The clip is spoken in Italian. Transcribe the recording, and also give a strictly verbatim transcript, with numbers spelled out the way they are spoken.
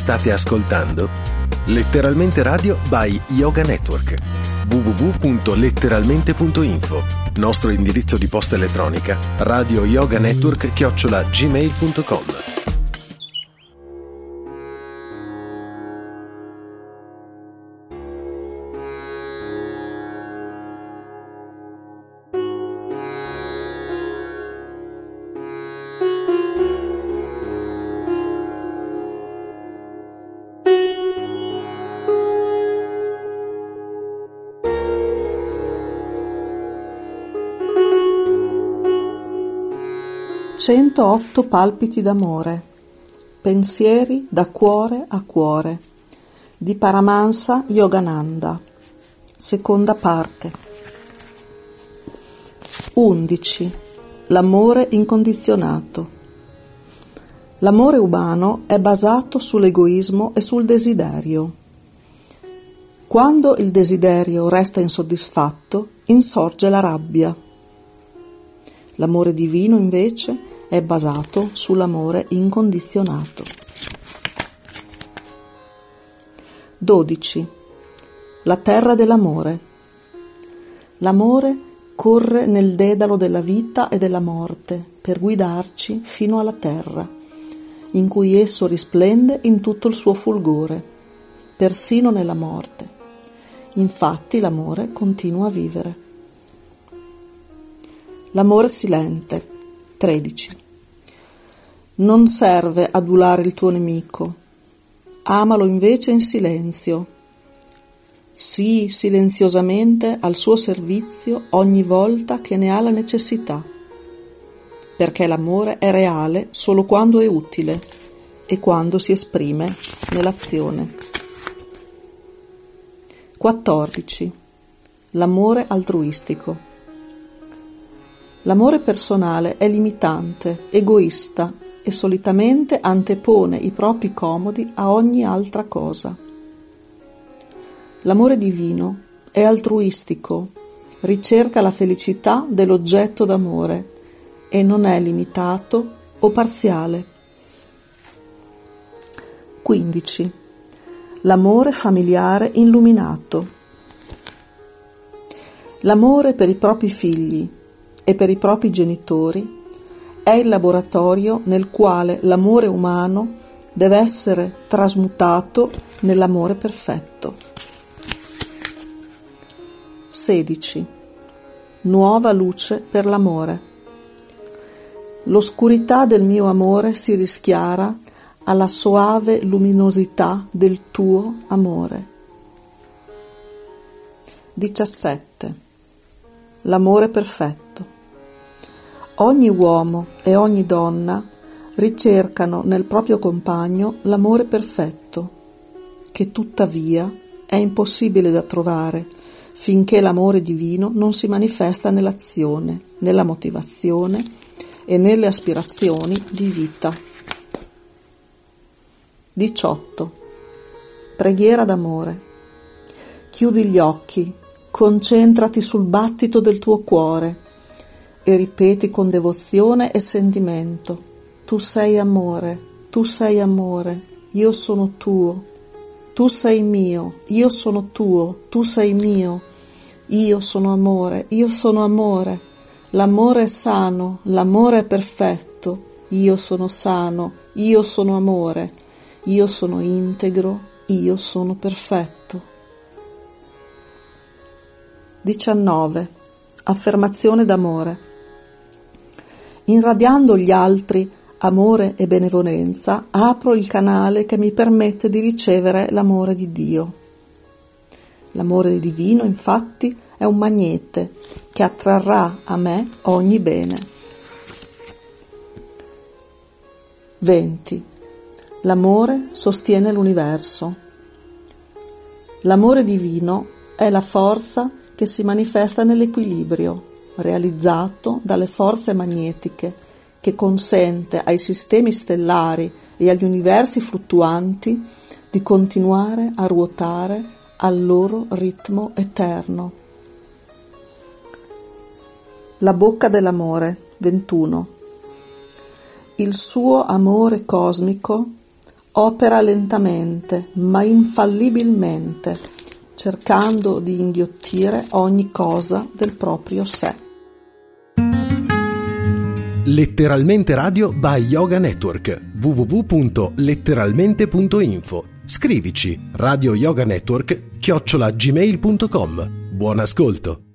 State ascoltando Letteralmente Radio by Yoga Network. w w w punto letteralmente punto info. Nostro indirizzo di posta elettronica radio yoga network chiocciola gmail punto com. centootto palpiti d'amore, pensieri da cuore a cuore, di Paramahansa Yogananda, seconda parte. undici. L'amore incondizionato. L'amore umano è basato sull'egoismo e sul desiderio. Quando il desiderio resta insoddisfatto, insorge la rabbia. L'amore divino, invece, è basato sull'amore incondizionato. dodici. La terra dell'amore. L'amore corre nel dedalo della vita e della morte per guidarci fino alla terra, in cui esso risplende in tutto il suo fulgore, persino nella morte. Infatti l'amore continua a vivere. L'amore silente. tredici. Non serve adulare il tuo nemico, amalo invece in silenzio. Sii silenziosamente al suo servizio ogni volta che ne ha la necessità, perché l'amore è reale solo quando è utile e quando si esprime nell'azione. quattordici. L'amore altruistico. L'amore personale è limitante, egoista e solitamente antepone i propri comodi a ogni altra cosa. L'amore divino è altruistico, ricerca la felicità dell'oggetto d'amore e non è limitato o parziale. quindici. L'amore familiare illuminato. L'amore per i propri figli e per i propri genitori è il laboratorio nel quale l'amore umano deve essere trasmutato nell'amore perfetto. sedici. Nuova luce per l'amore. L'oscurità del mio amore si rischiara alla soave luminosità del tuo amore. diciassette. L'amore perfetto. Ogni uomo e ogni donna ricercano nel proprio compagno l'amore perfetto, che tuttavia è impossibile da trovare finché l'amore divino non si manifesta nell'azione, nella motivazione e nelle aspirazioni di vita. diciotto. Preghiera d'amore. Chiudi gli occhi, concentrati sul battito del tuo cuore e ripeti con devozione e sentimento: tu sei amore, tu sei amore, io sono tuo, tu sei mio, io sono tuo, tu sei mio, io sono amore, io sono amore, l'amore è sano, l'amore è perfetto, io sono sano, io sono amore, io sono integro, io sono perfetto. diciannove. Affermazione d'amore. Irradiando gli altri amore e benevolenza, apro il canale che mi permette di ricevere l'amore di Dio. L'amore divino, infatti, è un magnete che attrarrà a me ogni bene. venti. L'amore sostiene l'universo. L'amore divino è la forza che si manifesta nell'equilibrio, realizzato dalle forze magnetiche, che consente ai sistemi stellari e agli universi fluttuanti di continuare a ruotare al loro ritmo eterno. La bocca dell'amore. ventuno. Il suo amore cosmico Opera lentamente, ma infallibilmente, cercando di inghiottire ogni cosa del proprio sé. Letteralmente Radio by Yoga Network. w w w punto letteralmente punto info. Scrivici radio yoga network chiocciola gmail punto com. Buon ascolto.